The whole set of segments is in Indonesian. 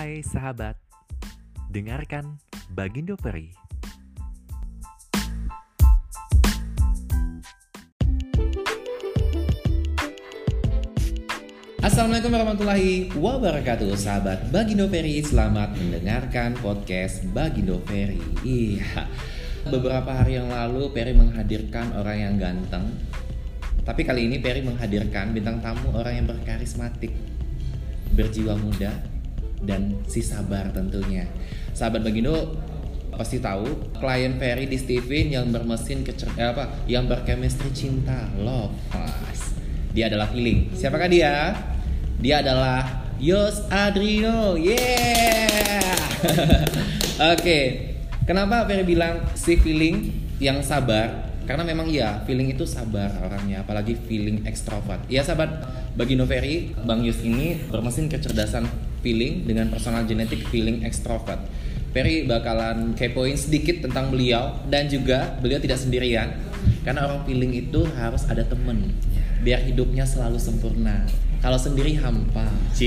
Hai sahabat, dengarkan Bagindo Peri. Assalamualaikum warahmatullahi wabarakatuh. Sahabat Bagindo Peri, selamat mendengarkan podcast Bagindo Peri. Iya, beberapa hari yang lalu Peri menghadirkan orang yang ganteng. Tapi kali ini Peri menghadirkan bintang tamu orang yang berkarismatik, berjiwa muda, dan si sabar tentunya. Sahabat Bagindo pasti tahu klien Peri di Steven yang bermesin yang berchemistry cinta, love. Dia adalah Feeling. Siapakah dia? Dia adalah Yos Adrino. Yeah. Oke. Kenapa Peri bilang si Feeling yang sabar? Karena memang iya, Feeling itu sabar orangnya, apalagi Feeling ekstrovert. Ya sahabat Bagindo Peri, Bang Yus ini bermesin kecerdasan Feeling dengan personal genetik Feeling ekstrovert. Peri bakalan kepoin sedikit tentang beliau, dan juga beliau tidak sendirian. Karena orang Feeling itu harus ada temen, biar hidupnya selalu sempurna. Kalau sendiri hampa.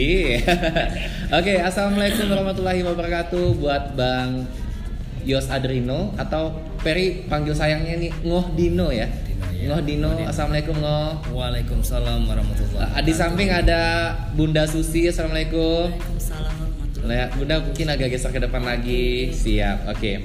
Oke, assalamualaikum warahmatullahi wabarakatuh buat Bang Yos Adrino, atau Peri panggil sayangnya nih Ngoh Dino ya. Ngoh Dino. Assalamualaikum Ngoh. Waalaikumsalam warahmatullahi wabarakatuh. Di samping ada Bunda Susi. Assalamualaikum. Waalaikumsalam warahmatullahi wabarakatuh. Bunda mungkin agak geser ke depan lagi. Siap. Oke,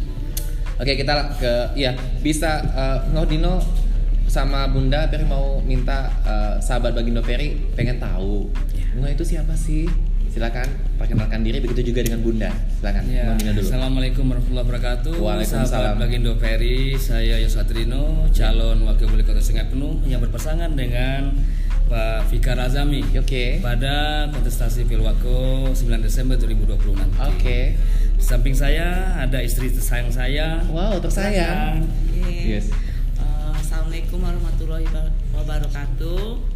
kita bisa Ngoh Dino sama Bunda. Peri mau minta sahabat Bagindo Peri pengen tahu Ngoh itu siapa sih? Silakan perkenalkan diri, begitu juga dengan Bunda. Silakan. Ya, dulu. Assalamualaikum warahmatullahi wabarakatuh. Waalaikumsalam. Sahabat Bagindo Peri, saya Yos Adrino, calon wakil wali kota Sungai Penuh yang berpasangan dengan Pak Fikar Azami. Oke. Pada kontestasi Pilwako 9 Desember 2020 nanti. Oke. Di samping saya ada istri tersayang saya. Wow, tersayang. Yes. Assalamualaikum warahmatullahi wabarakatuh.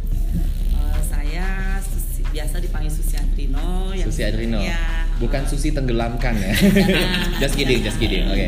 Saya biasa dipanggil Susi Adrino. Susi Adrino. Ya, bukan Susi tenggelamkan ya. Just kidding. Oke.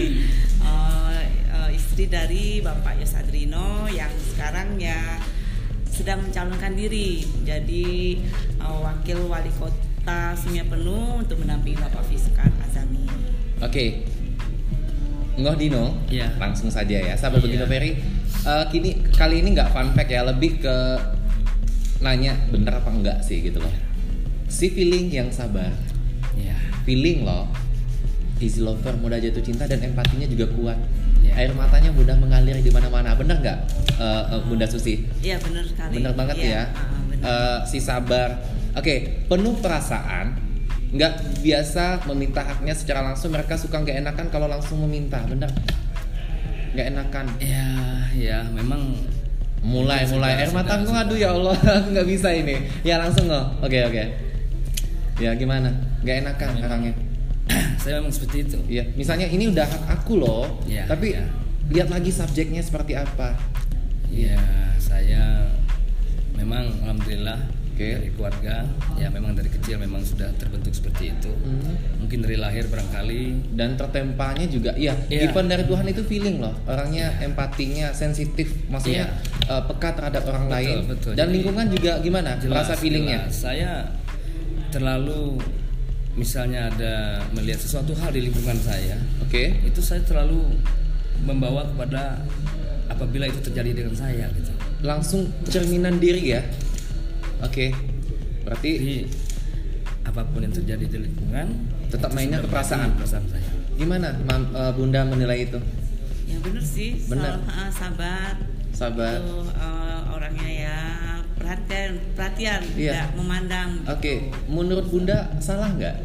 Istri dari Bapak Yos Adrino yang sekarang ya sedang mencalonkan diri menjadi wakil wali kota Sungai Penuh untuk mendampingi Bapak Fikar Azami. Oke. Ngoh Dino, Ya. Langsung saja ya. Sahabat Bagindo Peri, kali ini nggak fun fact ya, lebih ke nanya bener apa enggak sih gitu loh. Si Feeling yang sabar. Ya. Feeling loh, easy lover, mudah jatuh cinta, dan empatinya juga kuat. Ya. Air matanya mudah mengalir di mana-mana. Bener nggak, Bunda Susi? Iya benar sekali. Bener banget ya. Benar. Si sabar. Oke, penuh perasaan, nggak biasa meminta haknya secara langsung. Mereka suka nggak enakan kalau langsung meminta. Bener? Nggak enakan. Ya, memang Mulai air mataku, aduh ya Allah, aku nggak bisa ini. Ya langsung Ngoh. Oke. Ya gimana? Nggak enakan orangnya. saya memang seperti itu. Iya, misalnya ini udah hak aku loh, Ya, tapi ya. lihat lagi subjeknya seperti apa. Ya, saya memang alhamdulillah dari keluarga, ya memang dari kecil memang sudah terbentuk seperti itu. Mungkin dari lahir barangkali. Dan tertempanya juga, given dari Tuhan itu Feeling loh, orangnya empatinya sensitif, maksudnya peka terhadap orang lain. Betul. Dan Jadi, lingkungan juga gimana? Merasa Feelingnya? Saya terlalu, misalnya ada melihat sesuatu hal di lingkungan saya, itu saya terlalu membawa kepada apabila itu terjadi dengan saya gitu. Langsung cerminan diri ya. Oke. Berarti Jadi apapun yang terjadi di lingkungan tetap mainnya ke perasaan saya. Gimana Bunda menilai itu? Ya benar sih. Benar. Sabar. Itu, orangnya ya perhatian, tidak memandang. Oke. Menurut Bunda salah nggak?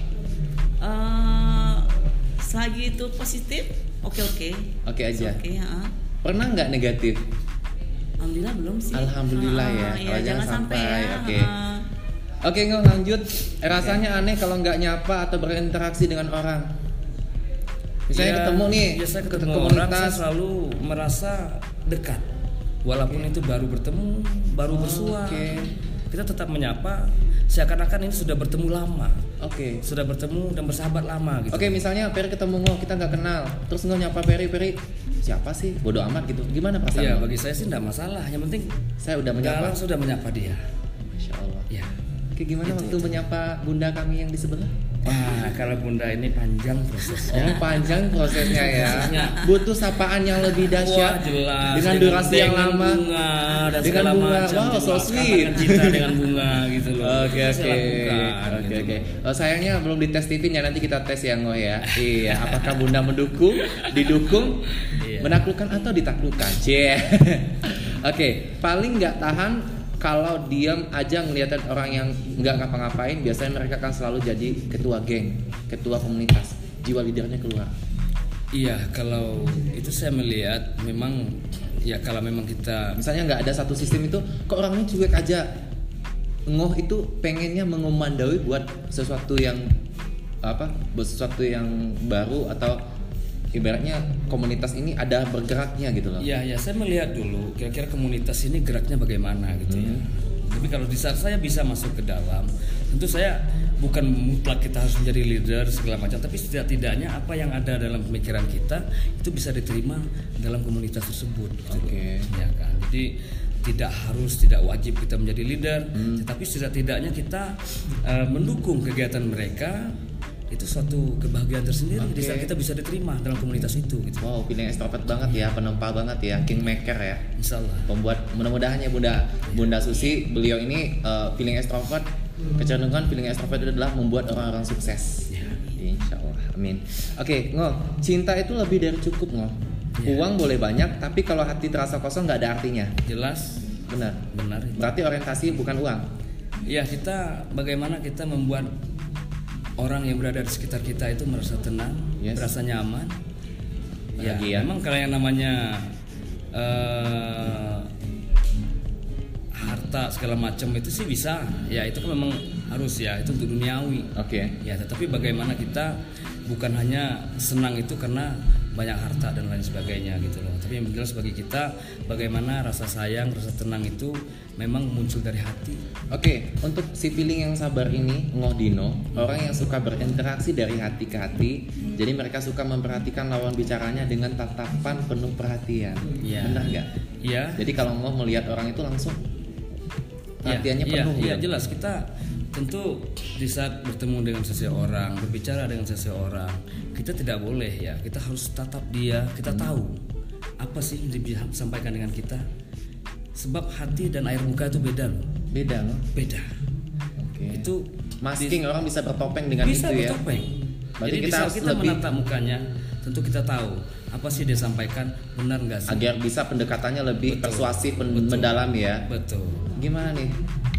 Selagi itu positif, oke. Oke aja. Oke. Pernah nggak negatif? Alhamdulillah belum sih. Alhamdulillah ya. Ya, jangan sampai ya. Oke, Ngoh lanjut. Rasanya aneh kalau nggak nyapa atau berinteraksi dengan orang. Misalnya ketemu nih, biasa ke ketemu komunitas. orang, saya selalu merasa dekat. Walaupun itu baru bertemu, baru bersua, kita tetap menyapa. Seakan-akan ini sudah bertemu lama. Sudah bertemu dan bersahabat lama gitu. Misalnya Peri ketemu Ngoh, kita nggak kenal. Terus Ngoh nyapa Peri, siapa sih? Bodoh amat gitu. Gimana perasaan? Iya, bagi saya sih enggak masalah. Yang penting saya udah menyapa. sudah menyapa dia. Masya Allah. Ya. Kayak gimana waktu menyapa bunda kami yang di sebelah? Wah, kalau bunda ini panjang prosesnya. Panjang prosesnya ya. Butuh sapaan yang lebih dahsyat. Jelas. Dengan durasi yang lama. Bunga, dan dengan bunga. macam. Wow, so sweet. Kita dengan bunga gitu loh. Oke. Sayangnya belum dites TV ya, nanti kita tes ya Ngoh ya. Iya, apakah bunda didukung, menaklukkan atau ditaklukkan? Oke, paling nggak tahan kalau diam aja ngeliatin orang yang nggak ngapa-ngapain, biasanya mereka kan selalu jadi ketua geng, ketua komunitas, jiwa leadernya keluar. Iya, kalau itu saya melihat memang ya kalau memang kita misalnya nggak ada satu sistem itu, kok orangnya cuek aja. Ngoh itu pengennya mengomandoi buat sesuatu yang baru atau ibaratnya komunitas ini ada bergeraknya gitu loh. Iya, saya melihat dulu kira-kira komunitas ini geraknya bagaimana gitu ya. Tapi kalau di saat saya bisa masuk ke dalam, tentu saya bukan mutlak kita harus menjadi leader segala macam, tapi setidak-tidaknya apa yang ada dalam pemikiran kita itu bisa diterima dalam komunitas tersebut. Oke. Ya kan. Jadi tidak wajib kita menjadi leader, tetapi setidak-tidaknya kita mendukung kegiatan mereka. Itu suatu kebahagiaan tersendiri di saat kita bisa diterima dalam komunitas itu gitu. Wow, feeling extrovert banget ya, penempa banget ya, kingmaker ya. Insyaallah. Pembuat mudah-mudahan ya Bunda Susi, beliau ini feeling extrovert, kecenderungan feeling extrovert itu adalah membuat orang-orang sukses. Insyaallah, amin. Oke, Ngoh, cinta itu lebih dari cukup Ngoh. Uang boleh banyak, tapi kalau hati terasa kosong nggak ada artinya. Jelas. Benar. Itu. Berarti orientasi bukan uang. Iya, bagaimana kita membuat orang yang berada di sekitar kita itu merasa tenang, merasa nyaman. Bahagia. Memang kalau yang namanya harta segala macam itu sih bisa. Ya itu kan memang harus ya, itu untuk duniawi. Oke. Ya, tetapi bagaimana kita bukan hanya senang itu karena banyak harta dan lain sebagainya gitu loh. Tapi yang jelas bagi kita bagaimana rasa sayang, rasa tenang itu memang muncul dari hati. Oke, untuk si feeling yang sabar ini, Ngoh Dino, orang yang suka berinteraksi dari hati ke hati. Jadi mereka suka memperhatikan lawan bicaranya dengan tatapan penuh perhatian. Benar nggak? Iya. Jadi kalau Ngoh melihat orang itu langsung perhatiannya penuh. Iya, jelas kita tentu di saat bertemu dengan seseorang, berbicara dengan seseorang, kita tidak boleh ya, kita harus tatap dia, kita tahu apa sih yang disampaikan dengan kita. Sebab hati dan air muka itu beda loh. Beda loh. Beda. Oke. Itu masking orang bisa bertopeng dengan bisa itu ya. Bisa bertopeng. Jadi kita harus kita menatap mukanya, tentu kita tahu apa sih dia sampaikan, benar nggak sih? Agar bisa pendekatannya lebih persuasif, mendalam ya. Betul. Gimana nih?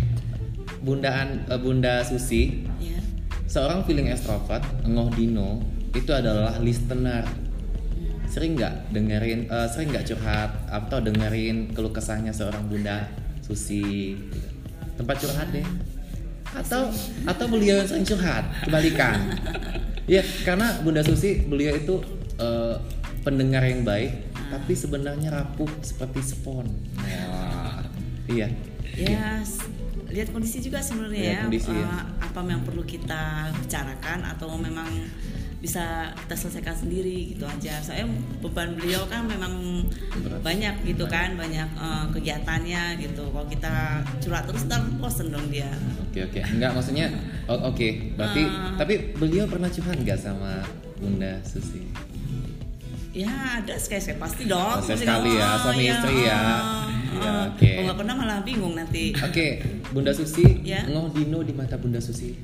Bunda Susi, seorang feeling extrovert, Ngoh Dino itu adalah listener. Sering nggak curhat atau dengerin keluh kesahnya seorang Bunda Susi? Tempat curhat deh. Atau beliau yang sering curhat, kebalikan. Ya, karena Bunda Susi beliau itu pendengar yang baik, tapi sebenarnya rapuh seperti spons. Iya. Lihat kondisi juga sebenarnya apa yang perlu kita bicarakan atau memang bisa kita selesaikan sendiri gitu aja. Saya beban beliau kan memang banyak gitu kan, banyak kegiatannya gitu. Kalau kita curhat terus ntar bosen dong dia. Oke. Enggak, maksudnya oke. Berarti tapi beliau pernah curhat nggak sama Bunda Susi? Ya ada sekali pasti dong. Sekali ya, suami istri ya. Kalau nggak pernah malah bingung nanti. Oke, Bunda Susi, Ngoh Dino di mata Bunda Susi.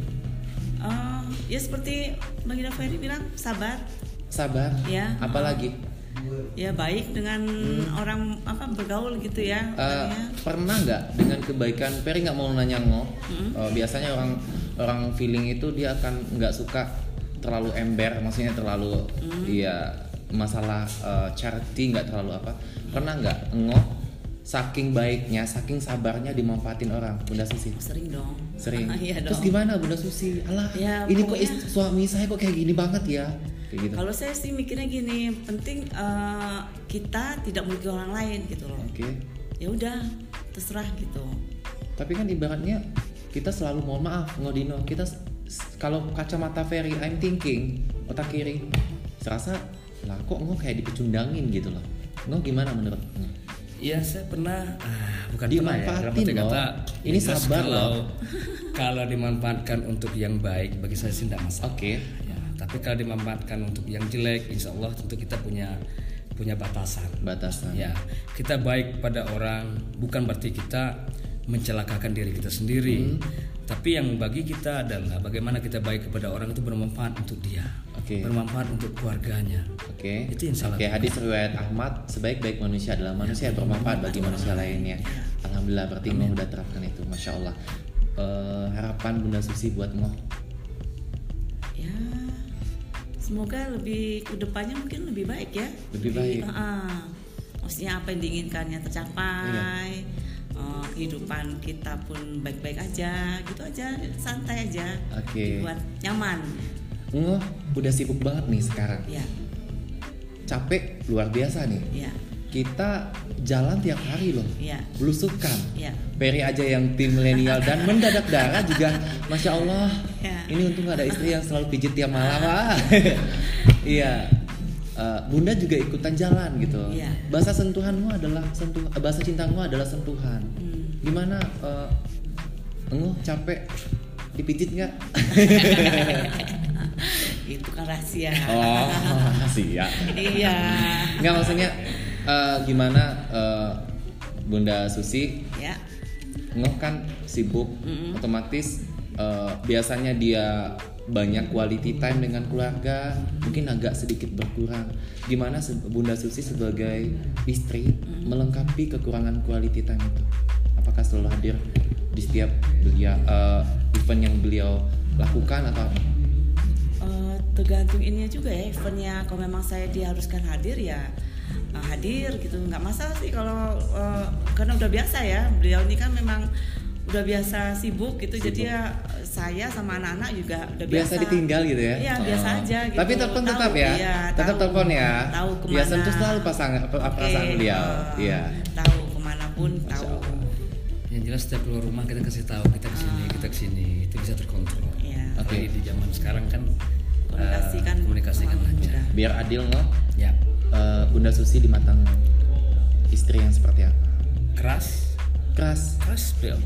Ya seperti Bang Ida Ferry bilang, sabar. Ya. Apalagi? Ya baik dengan orang bergaul gitu ya. Pernah nggak dengan kebaikan? Ferry nggak mau nanya Ngoh. Biasanya orang feeling itu dia akan nggak suka terlalu ember, maksudnya terlalu masalah charity nggak terlalu apa. Pernah nggak Ngoh saking baiknya, saking sabarnya dimanfaatin orang, Bunda Susi? Sering dong. Sering. Iya Terus dong. Gimana Bunda Susi? Alah, ya, ini pokoknya, kok suami saya kok kayak gini banget ya? Kayak gitu. Kalau saya sih mikirnya gini, penting kita tidak merugikan orang lain gitu loh. Oke. Ya udah, terserah gitu. Tapi kan ibaratnya kita selalu mohon maaf, Ngoh Dino, kita kalau kacamata Ferry, I'm thinking otak kiri, serasa lah kok Ngoh kayak dipecundangin gitu loh. Ngoh gimana menurut Ngoh? Iya, saya pernah bukan dimanfaatin pernah ya, dalam arti kata Ini sabar loh. Kalau dimanfaatkan untuk yang baik bagi saya sih tidak masalah. Oke. Ya, tapi kalau dimanfaatkan untuk yang jelek, insya Allah tentu kita punya batasan. Ya, kita baik pada orang bukan berarti kita mencelakakan diri kita sendiri. Tapi yang bagi kita adalah bagaimana kita baik kepada orang itu bermanfaat untuk dia, bermanfaat untuk keluarganya. Itu yang salah. Hadis riwayat Ahmad, sebaik-baik manusia adalah manusia yang bermanfaat bagi manusia lainnya. Alhamdulillah, berarti Ngoh udah terapkan itu, masya Allah. Harapan Bunda Susi buat Ngoh? Ya, semoga lebih kedepannya mungkin lebih baik ya. Lebih baik. Maksudnya apa yang diinginkannya tercapai. Kehidupan kita pun baik-baik aja, gitu aja, santai aja, dibuat nyaman. Ngoh udah sibuk banget nih sekarang. Ya. Capek luar biasa nih. Ya. Kita jalan tiap hari loh, belusukan. Ya. Peri aja yang tim milenial dan mendadak darah juga, masya Allah. Ya. Ini untung ada istri yang selalu pijit tiap malam. Iya. Bunda juga ikutan jalan gitu. Yeah. Bahasa sentuhanmu adalah bahasa cintamu adalah sentuhan. Gimana? Ngoh capek dipijit nggak? Itu kan rahasia. Oh, rahasia. Iya. Nggak, maksudnya gimana Bunda Susi? Ya. Ngoh kan sibuk, otomatis biasanya dia banyak quality time dengan keluarga, mungkin agak sedikit berkurang. Gimana Bunda Susi sebagai istri melengkapi kekurangan quality time itu? Apakah selalu hadir di setiap event yang beliau lakukan atau apa? Tergantung ininya juga ya, eventnya. Kalau memang saya diharuskan hadir ya hadir gitu, nggak masalah sih kalau karena udah biasa ya. Beliau ini kan memang udah biasa sibuk gitu, jadi ya saya sama anak-anak juga udah biasa ditinggal gitu ya. Iya, biasa aja gitu. Tapi telepon tetap ya. Iya, tetap telepon ya. Tahu kemana. Ya tentu selalu perasaan beliau. Iya. Tahu kemanapun tahu. Yang jelas setiap keluar rumah kita kasih tahu kita kesini, itu bisa terkontrol. Iya. Di zaman sekarang kan komunikasi kan lancar. Biar adil Ngoh. Ya. Bunda Susi di mata istri yang seperti apa? Keras beliau.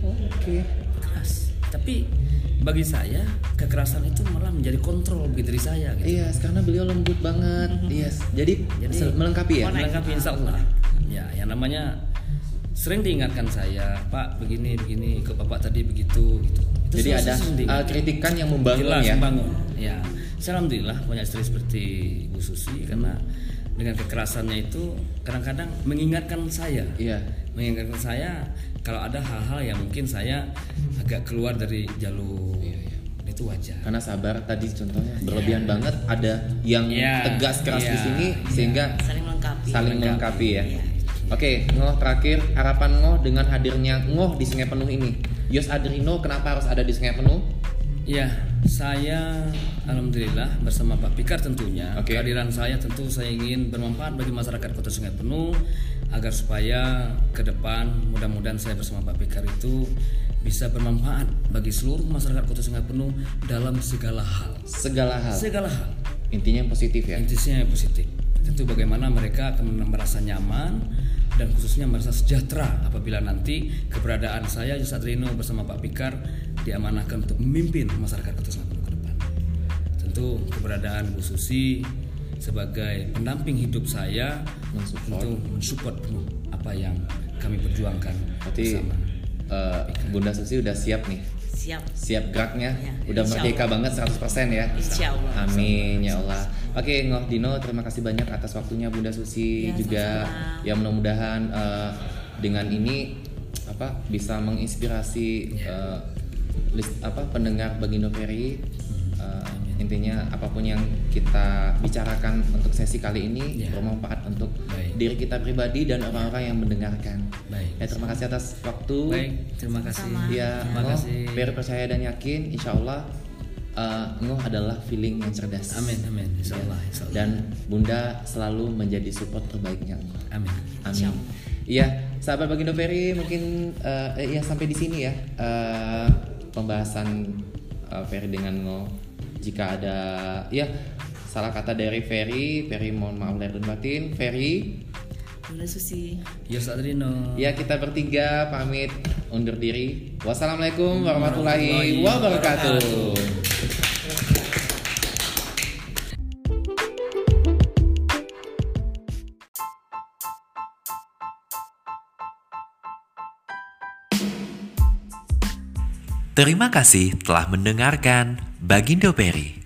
Keras. Tapi bagi saya kekerasan itu malah menjadi kontrol bagi diri saya gitu. Iya, karena beliau lembut banget. Yes. Jadi melengkapi ya. Melengkapi insya Allah. Ya, yang namanya sering diingatkan saya, Pak begini ke Bapak tadi begitu gitu. Itu jadi ada kritikan yang membangun. Jelas, ya. Membangun. Ya. Saya alhamdulillah punya istri seperti Bu Susi karena dengan kekerasannya itu kadang-kadang mengingatkan saya. Iya. Mengingatkan saya kalau ada hal-hal yang mungkin saya agak keluar dari jalur. Itu wajar. Karena sabar tadi contohnya berlebihan banget, ada yang tegas keras di sini sehingga saling melengkapi ya. Oke, Ngoh terakhir, harapan Ngoh dengan hadirnya Ngoh di Sungai Penuh ini. Yos Adrino kenapa harus ada di Sungai Penuh? Ya, saya alhamdulillah bersama Pak Pikar tentunya. Kehadiran saya tentu saya ingin bermanfaat bagi masyarakat Kota Sungai Penuh agar supaya ke depan mudah-mudahan saya bersama Pak Pikar itu bisa bermanfaat bagi seluruh masyarakat Kota Sungai Penuh dalam segala hal. Intinya yang positif ya. Intinya yang positif. Tentu bagaimana mereka akan merasa nyaman dan khususnya merasa sejahtera apabila nanti keberadaan saya Yos Adrino bersama Pak Pikar diamanahkan untuk memimpin masyarakat Kota Sungai Penuh ke depan. Tentu keberadaan Bu Susi sebagai pendamping hidup saya tentu mensupport penuh apa yang kami perjuangkan bersama. Bunda Susi udah siap nih. Siap geraknya, udah merdeka banget 100% ya. Insyaallah. Amin ya Allah. Oke, Ngoh Dino, terima kasih banyak atas waktunya Bunda Susi juga. Sama-sama. Ya mudah-mudahan dengan ini bisa menginspirasi pendengar Bagindo Ferry. Intinya apapun yang kita bicarakan untuk sesi kali ini bermanfaat untuk diri kita pribadi dan orang-orang yang mendengarkan. Terima kasih atas waktu. Terima kasih. Ya, Ngoh, Ferry percaya dan yakin, insya Allah Ngoh adalah feeling yang cerdas. Amin. Insya Allah. Dan Bunda selalu menjadi support terbaiknya Ngoh. Amin. Iya, sahabat Bagindo Ferry, mungkin sampai di sini ya pembahasan Ferry dengan Ngoh. Jika ada salah kata dari Ferry mohon maaf lahir dan batin. Ferry, Bunda Susi. Yos Adrino. Ya, kita bertiga pamit undur diri. Wassalamualaikum warahmatullahi wabarakatuh. Terima kasih telah mendengarkan Bagindo Peri.